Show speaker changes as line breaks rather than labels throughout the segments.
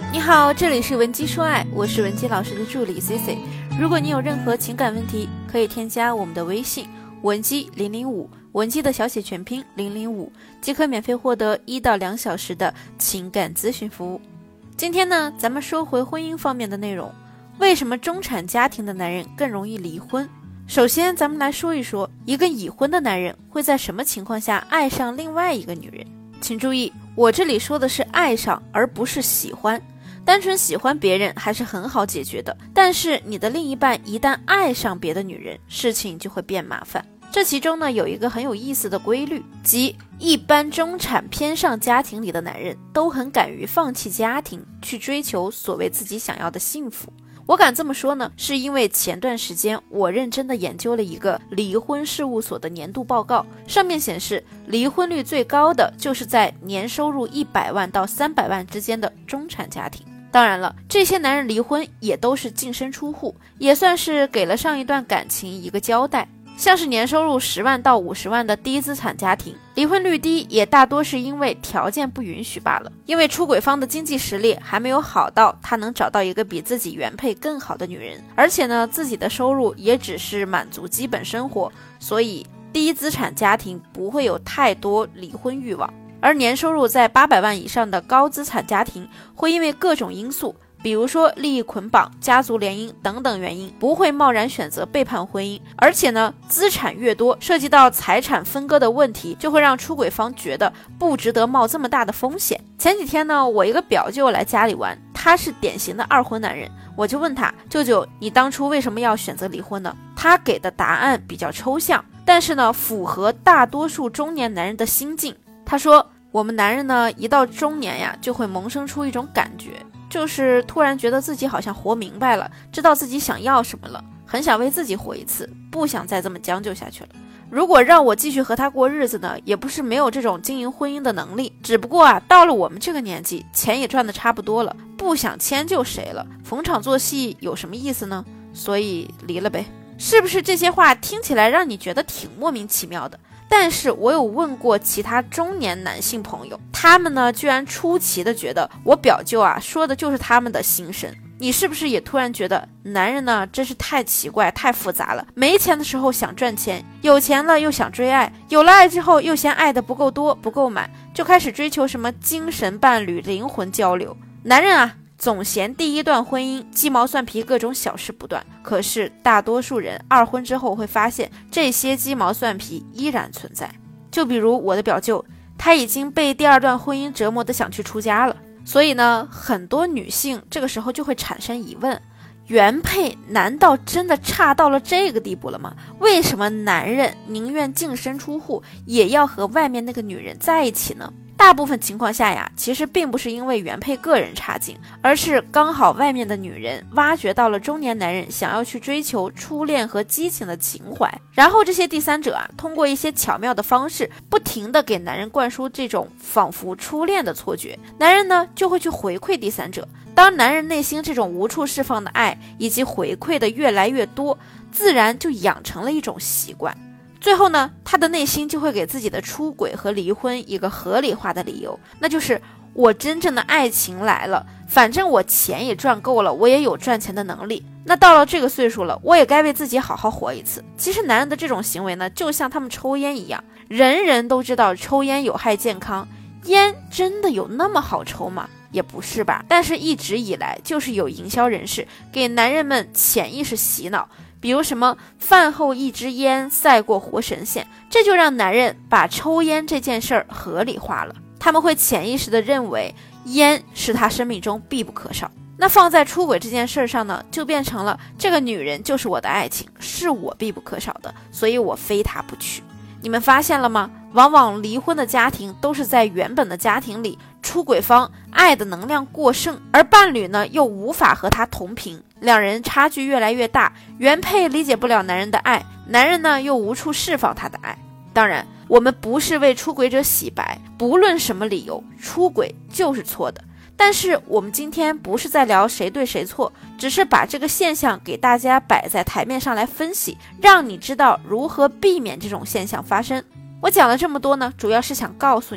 你好，这里是文姬说爱，我是文姬老师的助理 Cici。如果你有任何情感问题，可以添加我们的微信文姬005，文姬的小写全拼005，即可免费获得1到2小时的情感咨询服务。今天呢，咱们说回婚姻方面的内容。为什么中产家庭的男人更容易离婚？首先，咱们来说一说，一个已婚的男人会在什么情况下爱上另外一个女人。请注意，我这里说的是爱上，而不是喜欢。单纯喜欢别人还是很好解决的，但是你的另一半一旦爱上别的女人，事情就会变麻烦。这其中呢，有一个很有意思的规律，即一般中产偏上家庭里的男人都很敢于放弃家庭，去追求所谓自己想要的幸福。我敢这么说呢，是因为前段时间我认真的研究了一个离婚事务所的年度报告，上面显示离婚率最高的就是在年收入100万到300万之间的中产家庭。当然了，这些男人离婚也都是净身出户，也算是给了上一段感情一个交代。像是年收入10万到50万的低资产家庭，离婚率低也大多是因为条件不允许罢了，因为出轨方的经济实力还没有好到他能找到一个比自己原配更好的女人，而且呢，自己的收入也只是满足基本生活，所以低资产家庭不会有太多离婚欲望。而年收入在800万以上的高资产家庭，会因为各种因素，比如说利益捆绑、家族联姻等等原因，不会贸然选择背叛婚姻。而且呢，资产越多，涉及到财产分割的问题，就会让出轨方觉得不值得冒这么大的风险。前几天呢，我一个表舅来家里玩，他是典型的二婚男人，我就问他，舅舅，你当初为什么要选择离婚呢？他给的答案比较抽象，但是呢，符合大多数中年男人的心境。他说，我们男人呢，一到中年呀，就会萌生出一种感觉，就是突然觉得自己好像活明白了，知道自己想要什么了，很想为自己活一次，不想再这么将就下去了。如果让我继续和他过日子呢，也不是没有这种经营婚姻的能力，只不过啊，到了我们这个年纪，钱也赚得差不多了，不想迁就谁了，逢场作戏有什么意思呢？所以离了呗。是不是这些话听起来让你觉得挺莫名其妙的？但是我有问过其他中年男性朋友，他们呢居然出奇的觉得我表舅啊说的就是他们的心声。你是不是也突然觉得男人呢真是太奇怪太复杂了？没钱的时候想赚钱，有钱了又想追爱，有了爱之后又嫌爱的不够多不够满，就开始追求什么精神伴侣、灵魂交流。男人啊总嫌第一段婚姻鸡毛蒜皮，各种小事不断，可是大多数人二婚之后会发现这些鸡毛蒜皮依然存在。就比如我的表舅，他已经被第二段婚姻折磨得想去出家了。所以呢，很多女性这个时候就会产生疑问，原配难道真的差到了这个地步了吗？为什么男人宁愿净身出户也要和外面那个女人在一起呢？大部分情况下呀，其实并不是因为原配个人差劲，而是刚好外面的女人挖掘到了中年男人想要去追求初恋和激情的情怀，然后这些第三者啊，通过一些巧妙的方式，不停地给男人灌输这种仿佛初恋的错觉，男人呢就会去回馈第三者。当男人内心这种无处释放的爱以及回馈的越来越多，自然就养成了一种习惯。最后呢，他的内心就会给自己的出轨和离婚一个合理化的理由，那就是我真正的爱情来了，反正我钱也赚够了，我也有赚钱的能力，那到了这个岁数了，我也该为自己好好活一次。其实男人的这种行为呢，就像他们抽烟一样，人人都知道抽烟有害健康，烟真的有那么好抽吗？也不是吧。但是一直以来就是有营销人士给男人们潜意识洗脑，比如什么饭后一支烟赛过活神仙，这就让男人把抽烟这件事儿合理化了。他们会潜意识地认为烟是他生命中必不可少。那放在出轨这件事上呢，就变成了这个女人就是我的爱情，是我必不可少的，所以我非她不娶。你们发现了吗？往往离婚的家庭都是在原本的家庭里，出轨方爱的能量过剩，而伴侣呢又无法和他同频，两人差距越来越大，原配理解不了男人的爱，男人呢又无处释放他的爱。当然，我们不是为出轨者洗白，不论什么理由，出轨就是错的。但是我们今天不是在聊谁对谁错，只是把这个现象给大家摆在台面上来分析，让你知道如何避免这种现象发生。我讲了这么多呢，主要是想告诉你，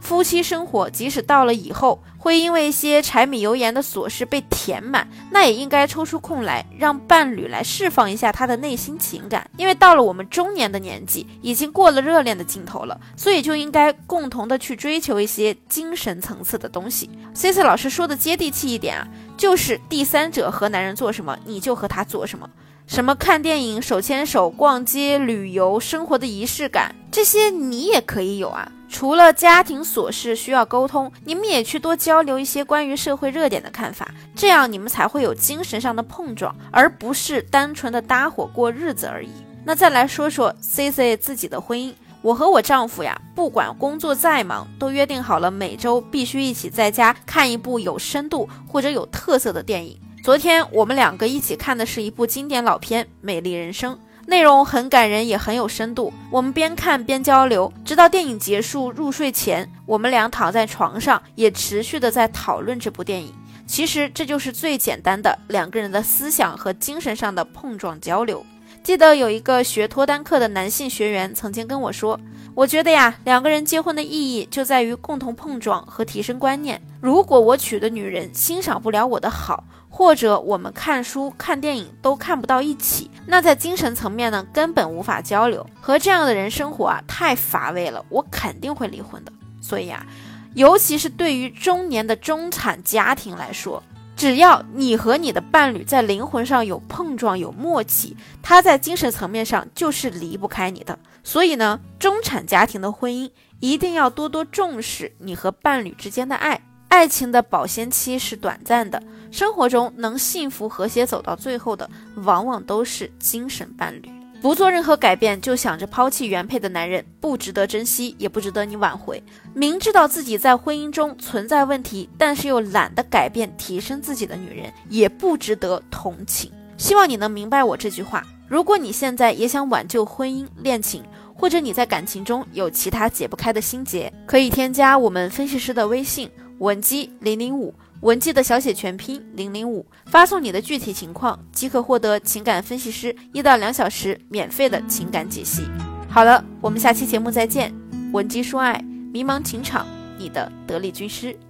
夫妻生活即使到了以后会因为一些柴米油盐的琐事被填满，那也应该抽出空来让伴侣来释放一下他的内心情感。因为到了我们中年的年纪，已经过了热恋的尽头了，所以就应该共同的去追求一些精神层次的东西。 Cici 老师说的接地气一点啊，就是第三者和男人做什么你就和他做什么，什么看电影、手牵手、逛街、旅游、生活的仪式感，这些你也可以有啊。除了家庭琐事需要沟通，你们也去多交流一些关于社会热点的看法，这样你们才会有精神上的碰撞，而不是单纯的搭伙过日子而已。那再来说说 Cici 自己的婚姻，我和我丈夫呀，不管工作再忙，都约定好了每周必须一起在家看一部有深度或者有特色的电影。昨天我们两个一起看的是一部经典老片《美丽人生》，内容很感人也很有深度，我们边看边交流，直到电影结束入睡前，我们俩躺在床上也持续的在讨论这部电影。其实这就是最简单的两个人的思想和精神上的碰撞交流。记得有一个学脱单课的男性学员曾经跟我说，我觉得呀，两个人结婚的意义就在于共同碰撞和提升观念。如果我娶的女人欣赏不了我的好，或者我们看书看电影都看不到一起，那在精神层面呢，根本无法交流。和这样的人生活啊，太乏味了，我肯定会离婚的。所以啊，尤其是对于中年的中产家庭来说，只要你和你的伴侣在灵魂上有碰撞有默契，他在精神层面上就是离不开你的。所以呢，中产家庭的婚姻一定要多多重视你和伴侣之间的爱。爱情的保鲜期是短暂的，生活中能幸福和谐走到最后的，往往都是精神伴侣。不做任何改变就想着抛弃原配的男人，不值得珍惜，也不值得你挽回。明知道自己在婚姻中存在问题，但是又懒得改变提升自己的女人，也不值得同情。希望你能明白我这句话。如果你现在也想挽救婚姻恋情，或者你在感情中有其他解不开的心结，可以添加我们分析师的微信文姬005，文姬的小写全拼005，发送你的具体情况，即可获得情感分析师1到2小时免费的情感解析。好了，我们下期节目再见。文姬说爱，迷茫情场，你的得力军师。